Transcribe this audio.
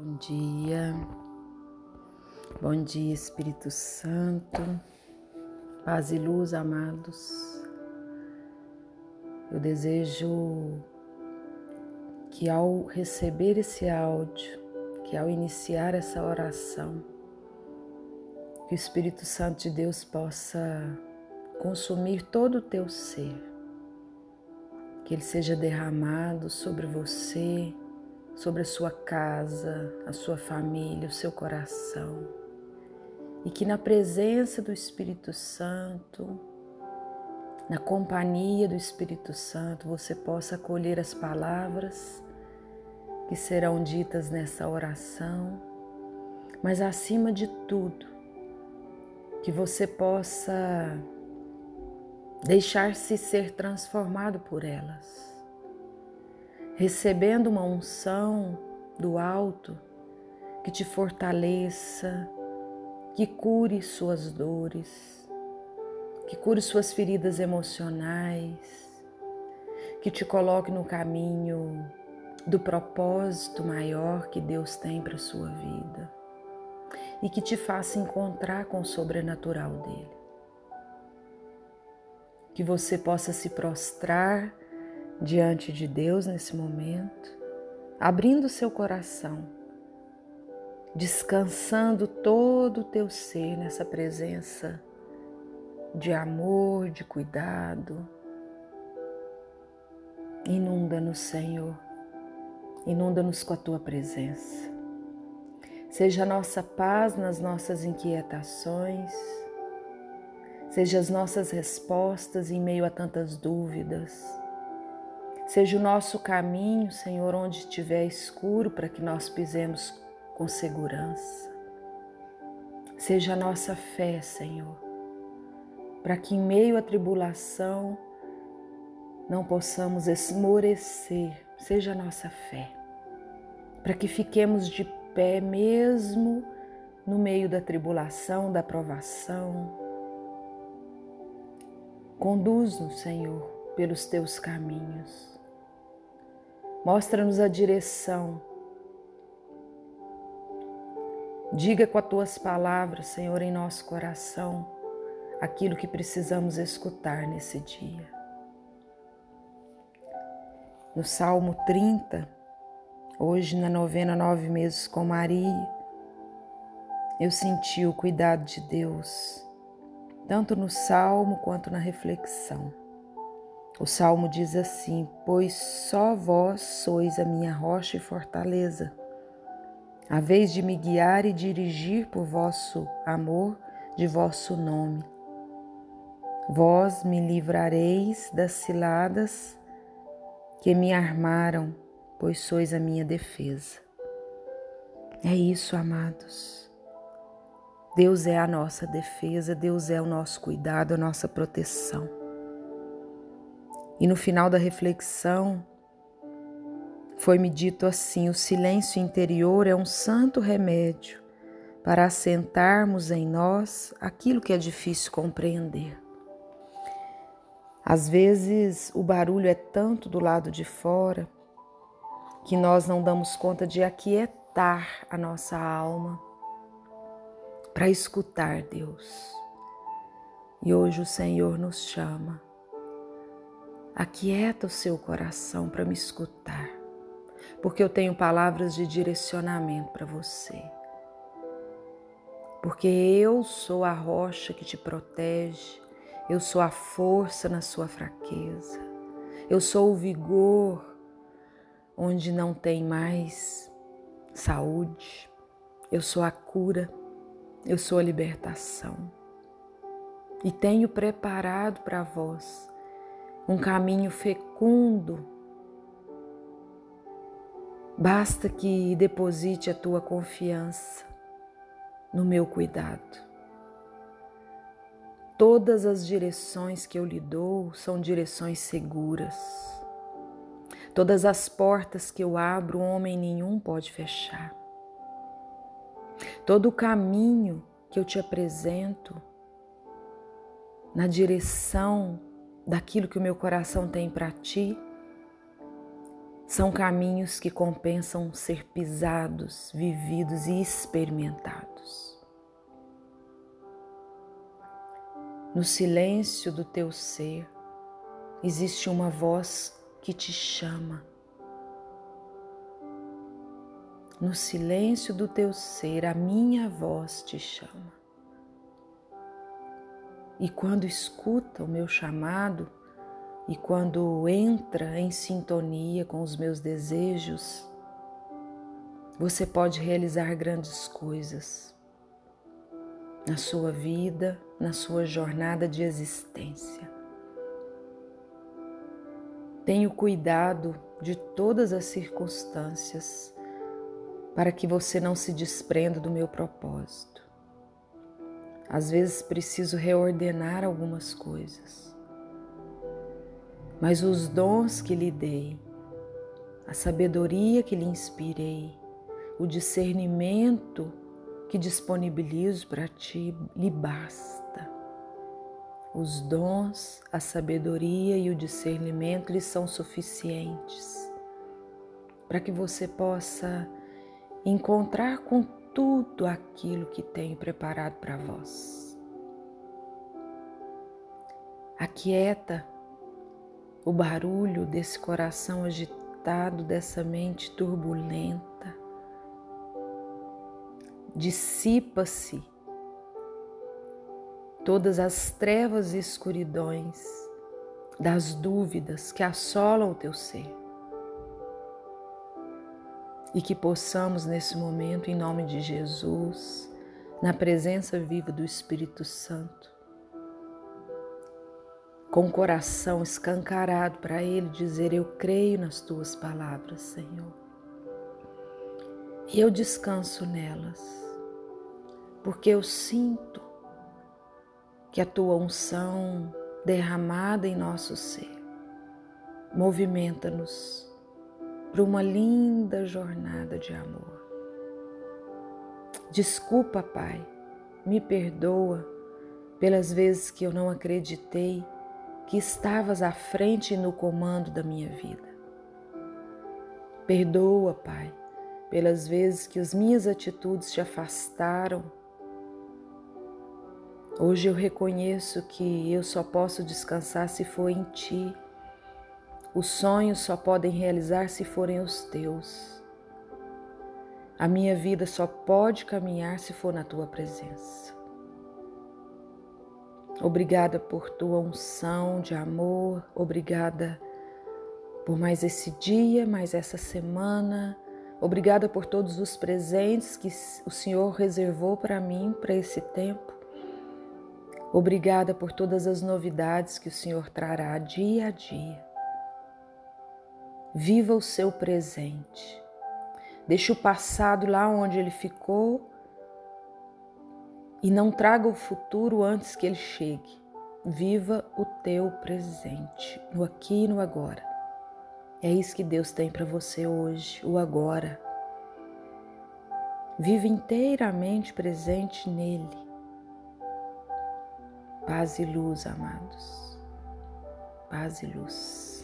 Bom dia Espírito Santo, paz e luz, amados. Eu desejo que ao receber esse áudio, que ao iniciar essa oração, que o Espírito Santo de Deus possa consumir todo o teu ser, que ele seja derramado sobre você, sobre a sua casa, a sua família, o seu coração. E que na presença do Espírito Santo, na companhia do Espírito Santo, você possa acolher as palavras que serão ditas nessa oração, mas acima de tudo, que você possa deixar-se ser transformado por elas, recebendo uma unção do alto que te fortaleça, que cure suas dores, que cure suas feridas emocionais, que te coloque no caminho do propósito maior que Deus tem para a sua vida e que te faça encontrar com o sobrenatural dele. Que você possa se prostrar diante de Deus nesse momento, abrindo seu coração, descansando todo o teu ser nessa presença de amor, de cuidado. Inunda-nos, Senhor, inunda-nos com a tua presença. Seja a nossa paz nas nossas inquietações, seja as nossas respostas em meio a tantas dúvidas, seja o nosso caminho, Senhor, onde estiver escuro, para que nós pisemos com segurança. Seja a nossa fé, Senhor, para que em meio à tribulação não possamos esmorecer. Seja a nossa fé, para que fiquemos de pé mesmo no meio da tribulação, da provação. Conduz-nos, Senhor, pelos teus caminhos. Mostra-nos a direção. Diga com as tuas palavras, Senhor, em nosso coração, aquilo que precisamos escutar nesse dia. No Salmo 30, hoje na novena 9 meses com Maria, eu senti o cuidado de Deus, tanto no Salmo quanto na reflexão. O Salmo diz assim: pois só vós sois a minha rocha e fortaleza, a vez de me guiar e dirigir por vosso amor de vosso nome. Vós me livrareis das ciladas que me armaram, pois sois a minha defesa. É isso, amados. Deus é a nossa defesa, Deus é o nosso cuidado, a nossa proteção. E no final da reflexão, foi-me dito assim: o silêncio interior é um santo remédio para assentarmos em nós aquilo que é difícil compreender. Às vezes o barulho é tanto do lado de fora que nós não damos conta de aquietar a nossa alma para escutar Deus. E hoje o Senhor nos chama. Aquieta o seu coração para me escutar, porque eu tenho palavras de direcionamento para você. Porque eu sou a rocha que te protege, eu sou a força na sua fraqueza, eu sou o vigor onde não tem mais saúde, eu sou a cura, eu sou a libertação. E tenho preparado para vós um caminho fecundo. Basta que deposite a tua confiança no meu cuidado. Todas as direções que eu lhe dou são direções seguras. Todas as portas que eu abro, homem nenhum pode fechar. Todo o caminho que eu te apresento na direção daquilo que o meu coração tem para ti São caminhos que compensam ser pisados, vividos e experimentados. No silêncio do teu ser, existe uma voz que te chama. No silêncio do teu ser, a minha voz te chama. E quando escuta o meu chamado, e quando entra em sintonia com os meus desejos, você pode realizar grandes coisas na sua vida, na sua jornada de existência. Tenho cuidado de todas as circunstâncias para que você não se desprenda do meu propósito. Às vezes preciso reordenar algumas coisas. Mas os dons que lhe dei, a sabedoria que lhe inspirei, o discernimento que disponibilizo para ti, lhe basta. Os dons, a sabedoria e o discernimento lhe são suficientes para que você possa encontrar com tudo aquilo que tenho preparado para vós. Aquieta o barulho desse coração agitado, dessa mente turbulenta. Dissipa-se todas as trevas e escuridões das dúvidas que assolam o teu ser. E que possamos nesse momento, em nome de Jesus, na presença viva do Espírito Santo, com o coração escancarado para Ele dizer: eu creio nas Tuas palavras, Senhor. E eu descanso nelas, porque eu sinto que a Tua unção derramada em nosso ser movimenta-nos para uma linda jornada de amor. Desculpa, Pai, me perdoa pelas vezes que eu não acreditei que estavas à frente e no comando da minha vida. Perdoa, Pai, pelas vezes que as minhas atitudes te afastaram. Hoje eu reconheço que eu só posso descansar se for em Ti. Os sonhos só podem realizar se forem os Teus. A minha vida só pode caminhar se for na Tua presença. Obrigada por Tua unção de amor, obrigada por mais esse dia, mais essa semana, obrigada por todos os presentes que o Senhor reservou para mim, para esse tempo. Obrigada por todas as novidades que o Senhor trará dia a dia. Viva o seu presente. Deixe o passado lá onde ele ficou e não traga o futuro antes que ele chegue. Viva o teu presente, no aqui e no agora. É isso que Deus tem para você hoje, o agora. Viva inteiramente presente nele. Paz e luz, amados. Paz e luz.